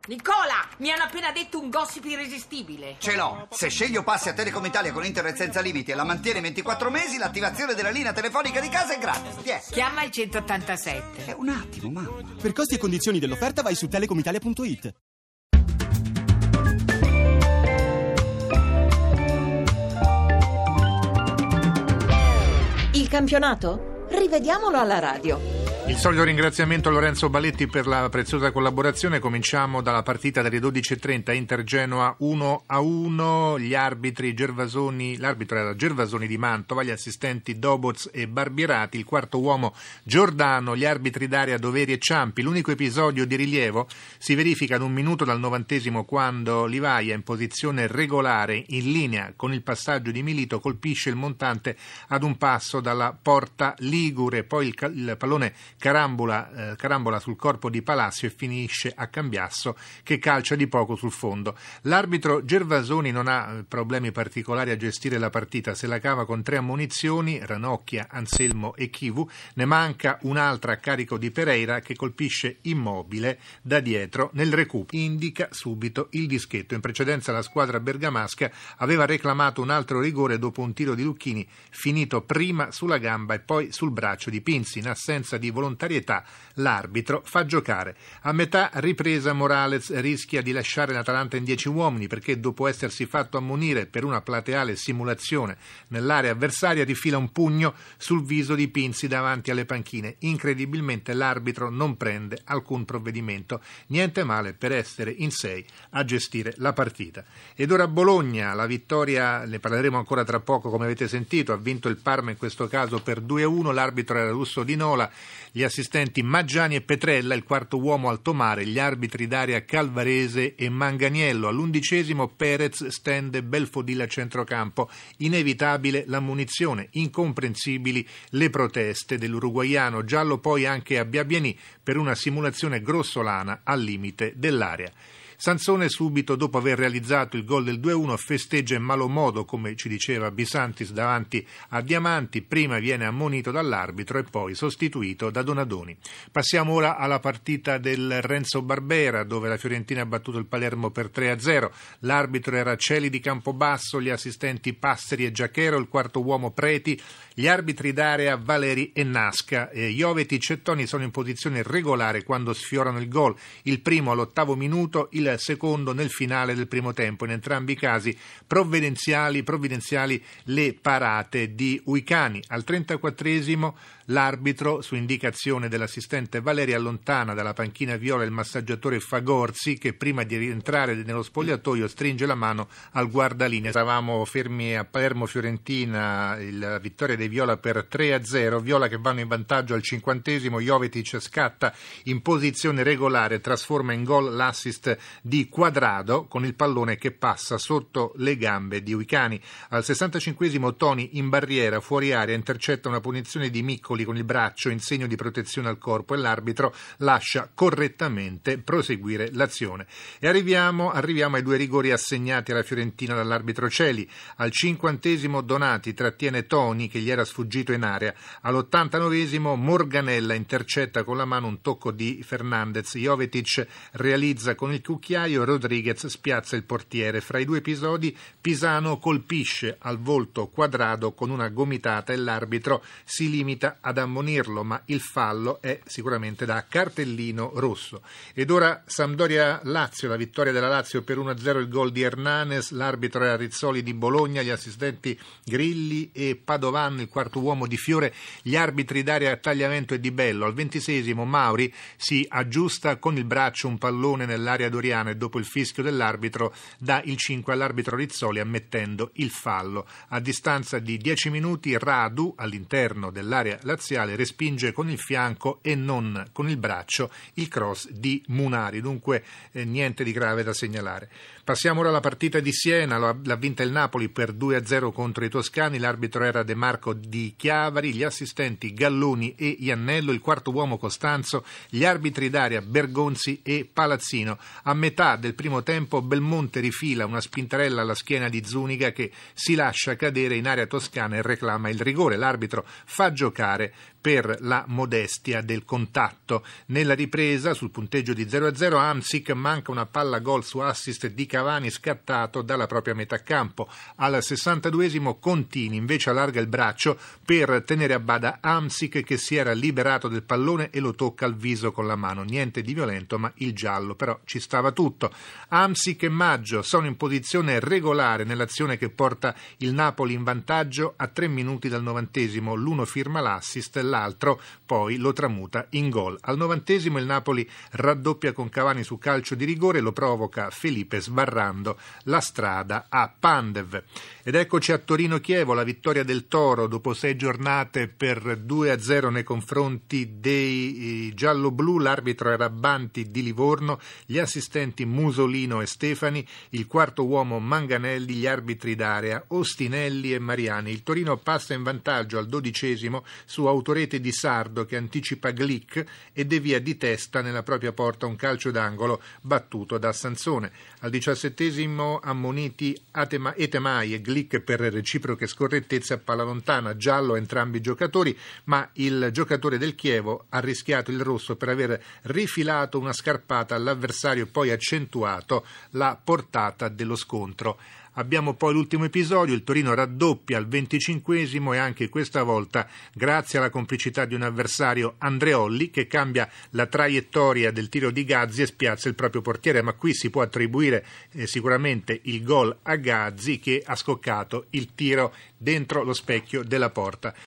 Nicola, mi hanno appena detto un gossip irresistibile. Ce l'ho. Se scegli o passi a Telecom Italia con internet senza limiti e la mantieni 24 mesi, l'attivazione della linea telefonica di casa è gratis. Tiè. Chiama il 187. Un attimo, mamma. Per costi e condizioni dell'offerta vai su telecomitalia.it. Il campionato? Rivediamolo alla radio. Il solito ringraziamento a Lorenzo Baletti per la preziosa collaborazione. Cominciamo dalla partita delle 12.30, Inter-Genoa 1-1, gli arbitri l'arbitro era Gervasoni di Mantova, gli assistenti Doboz e Barbierati, il quarto uomo Giordano, gli arbitri d'area Doveri e Ciampi. L'unico episodio di rilievo si verifica ad 1 minuto dal 90° quando Livaia, in posizione regolare in linea con il passaggio di Milito, colpisce il montante ad un passo dalla porta ligure, poi il pallone carambola sul corpo di Palacio e finisce a Cambiasso, che calcia di poco sul fondo. L'arbitro Gervasoni non ha problemi particolari a gestire la partita, se la cava con 3 ammonizioni, Ranocchia, Anselmo e Chivu. Ne manca un'altra a carico di Pereira, che colpisce Immobile da dietro nel recupero. Indica subito il dischetto. In precedenza la squadra bergamasca aveva reclamato un altro rigore dopo un tiro di Lucchini finito prima sulla gamba e poi sul braccio di Pinzi. In assenza di volontarietà, l'arbitro fa giocare. A metà ripresa Morales rischia di lasciare l'Atalanta in 10 uomini, perché dopo essersi fatto ammonire per una plateale simulazione nell'area avversaria rifila un pugno sul viso di Pinzi davanti alle panchine. Incredibilmente l'arbitro non prende alcun provvedimento. Niente male per essere in 6 a gestire la partita. Ed ora Bologna, la vittoria, ne parleremo ancora tra poco, come avete sentito, ha vinto il Parma in questo caso per 2-1, l'arbitro era Russo Di Nola, gli assistenti Maggiani e Petrella, il quarto uomo Altomare, gli arbitri d'area Calvarese e Manganiello. All'11° Perez stende Belfodil a centrocampo. Inevitabile l'ammonizione, incomprensibili le proteste dell'uruguaiano, giallo poi anche a Biabiani per una simulazione grossolana al limite dell'area. Sansone subito dopo aver realizzato il gol del 2-1 festeggia in malo modo, come ci diceva Bisantis davanti a Diamanti, prima viene ammonito dall'arbitro e poi sostituito da Donadoni. Passiamo ora alla partita del Renzo Barbera, dove la Fiorentina ha battuto il Palermo per 3-0, l'arbitro era Celi di Campobasso, gli assistenti Passeri e Giachero, il quarto uomo Preti, gli arbitri d'area Valeri e Nasca. Jovetic e Toni sono in posizione regolare quando sfiorano il gol, il primo all'8° minuto, il secondo nel finale del primo tempo. In entrambi i casi provvidenziali le parate di Uicani. Al 34° l'arbitro, su indicazione dell'assistente Valeri, allontana dalla panchina viola il massaggiatore Fagorzi, che prima di rientrare nello spogliatoio stringe la mano al guardalinee. Eravamo fermi a Palermo-Fiorentina, la vittoria dei viola per 3-0, viola che vanno in vantaggio al 50°, Jovetic scatta in posizione regolare, trasforma in gol l'assist di Quadrado con il pallone che passa sotto le gambe di Uicani. Al 65° Toni in barriera fuori area intercetta una punizione di Miccoli con il braccio in segno di protezione al corpo e l'arbitro lascia correttamente proseguire l'azione. E arriviamo ai 2 rigori assegnati alla Fiorentina dall'arbitro Celi. Al 50° Donati trattiene Toni, che gli era sfuggito in area. All'89° Morganella intercetta con la mano un tocco di Fernandez. Jovetic realizza con il cucchiaio, Rodriguez spiazza il portiere. Fra i 2 episodi Pisano colpisce al volto Quadrado con una gomitata e l'arbitro si limita ad ammonirlo, ma il fallo è sicuramente da cartellino rosso. Ed ora Sampdoria-Lazio, la vittoria della Lazio per 1-0, il gol di Hernanes, l'arbitro era Rizzoli di Bologna, gli assistenti Grilli e Padovan, il quarto uomo di Fiore, gli arbitri d'area Tagliamento e Di Bello. Al 26° Mauri si aggiusta con il braccio un pallone nell'area doriana e dopo il fischio dell'arbitro dà il 5 all'arbitro Rizzoli ammettendo il fallo. A distanza di 10 minuti Radu, all'interno dell'area laziale, respinge con il fianco e non con il braccio il cross di Munari, dunque niente di grave da segnalare. Passiamo ora alla partita di Siena, l'ha vinta il Napoli per 2-0 contro i toscani, l'arbitro era De Marco di Chiavari, gli assistenti Galloni e Iannello, il quarto uomo Costanzo, gli arbitri d'area Bergonzi e Palazzino. A metà del primo tempo Belmonte rifila una spintarella alla schiena di Zuniga, che si lascia cadere in area toscana e reclama il rigore. L'arbitro fa giocare per la modestia del contatto. Nella ripresa, sul punteggio di 0-0, Hamsik manca una palla gol su assist di Cavani scattato dalla propria metà campo. Al 62esimo Contini invece allarga il braccio per tenere a bada Hamsik, che si era liberato del pallone e lo tocca al viso con la mano. Niente di violento, ma il giallo però ci stava tutto. Hamsik e Maggio sono in posizione regolare nell'azione che porta il Napoli in vantaggio a 3 minuti dal 90esimo. L'uno firma l'assist, l'altro poi lo tramuta in gol. Al 90esimo il Napoli raddoppia con Cavani su calcio di rigore, lo provoca Felipe sbarrando la strada a Pandev. Ed eccoci a Torino-Chievo, la vittoria del Toro dopo 6 giornate per 2-0 nei confronti dei gialloblu. L'arbitro era Banti di Livorno, gli assistenti Musolino e Stefani, il quarto uomo Manganelli, gli arbitri d'area Ostinelli e Mariani. Il Torino passa in vantaggio al 12esimo su autorete di Sardo che anticipa Glick e devia di testa nella propria porta un calcio d'angolo battuto da Sansone. Al 17esimo ammoniti Etemai e Glick per reciproche scorrettezze a palla lontana, giallo a entrambi i giocatori, ma il giocatore del Chievo ha rischiato il rosso per aver rifilato una scarpata all'avversario e poi accentuato la portata dello scontro. Abbiamo poi l'ultimo episodio, il Torino raddoppia al 25esimo e anche questa volta grazie alla complicità di un avversario, Andreolli, che cambia la traiettoria del tiro di Gazzi e spiazza il proprio portiere, ma qui si può attribuire sicuramente il gol a Gazzi che ha scoccato il tiro dentro lo specchio della porta.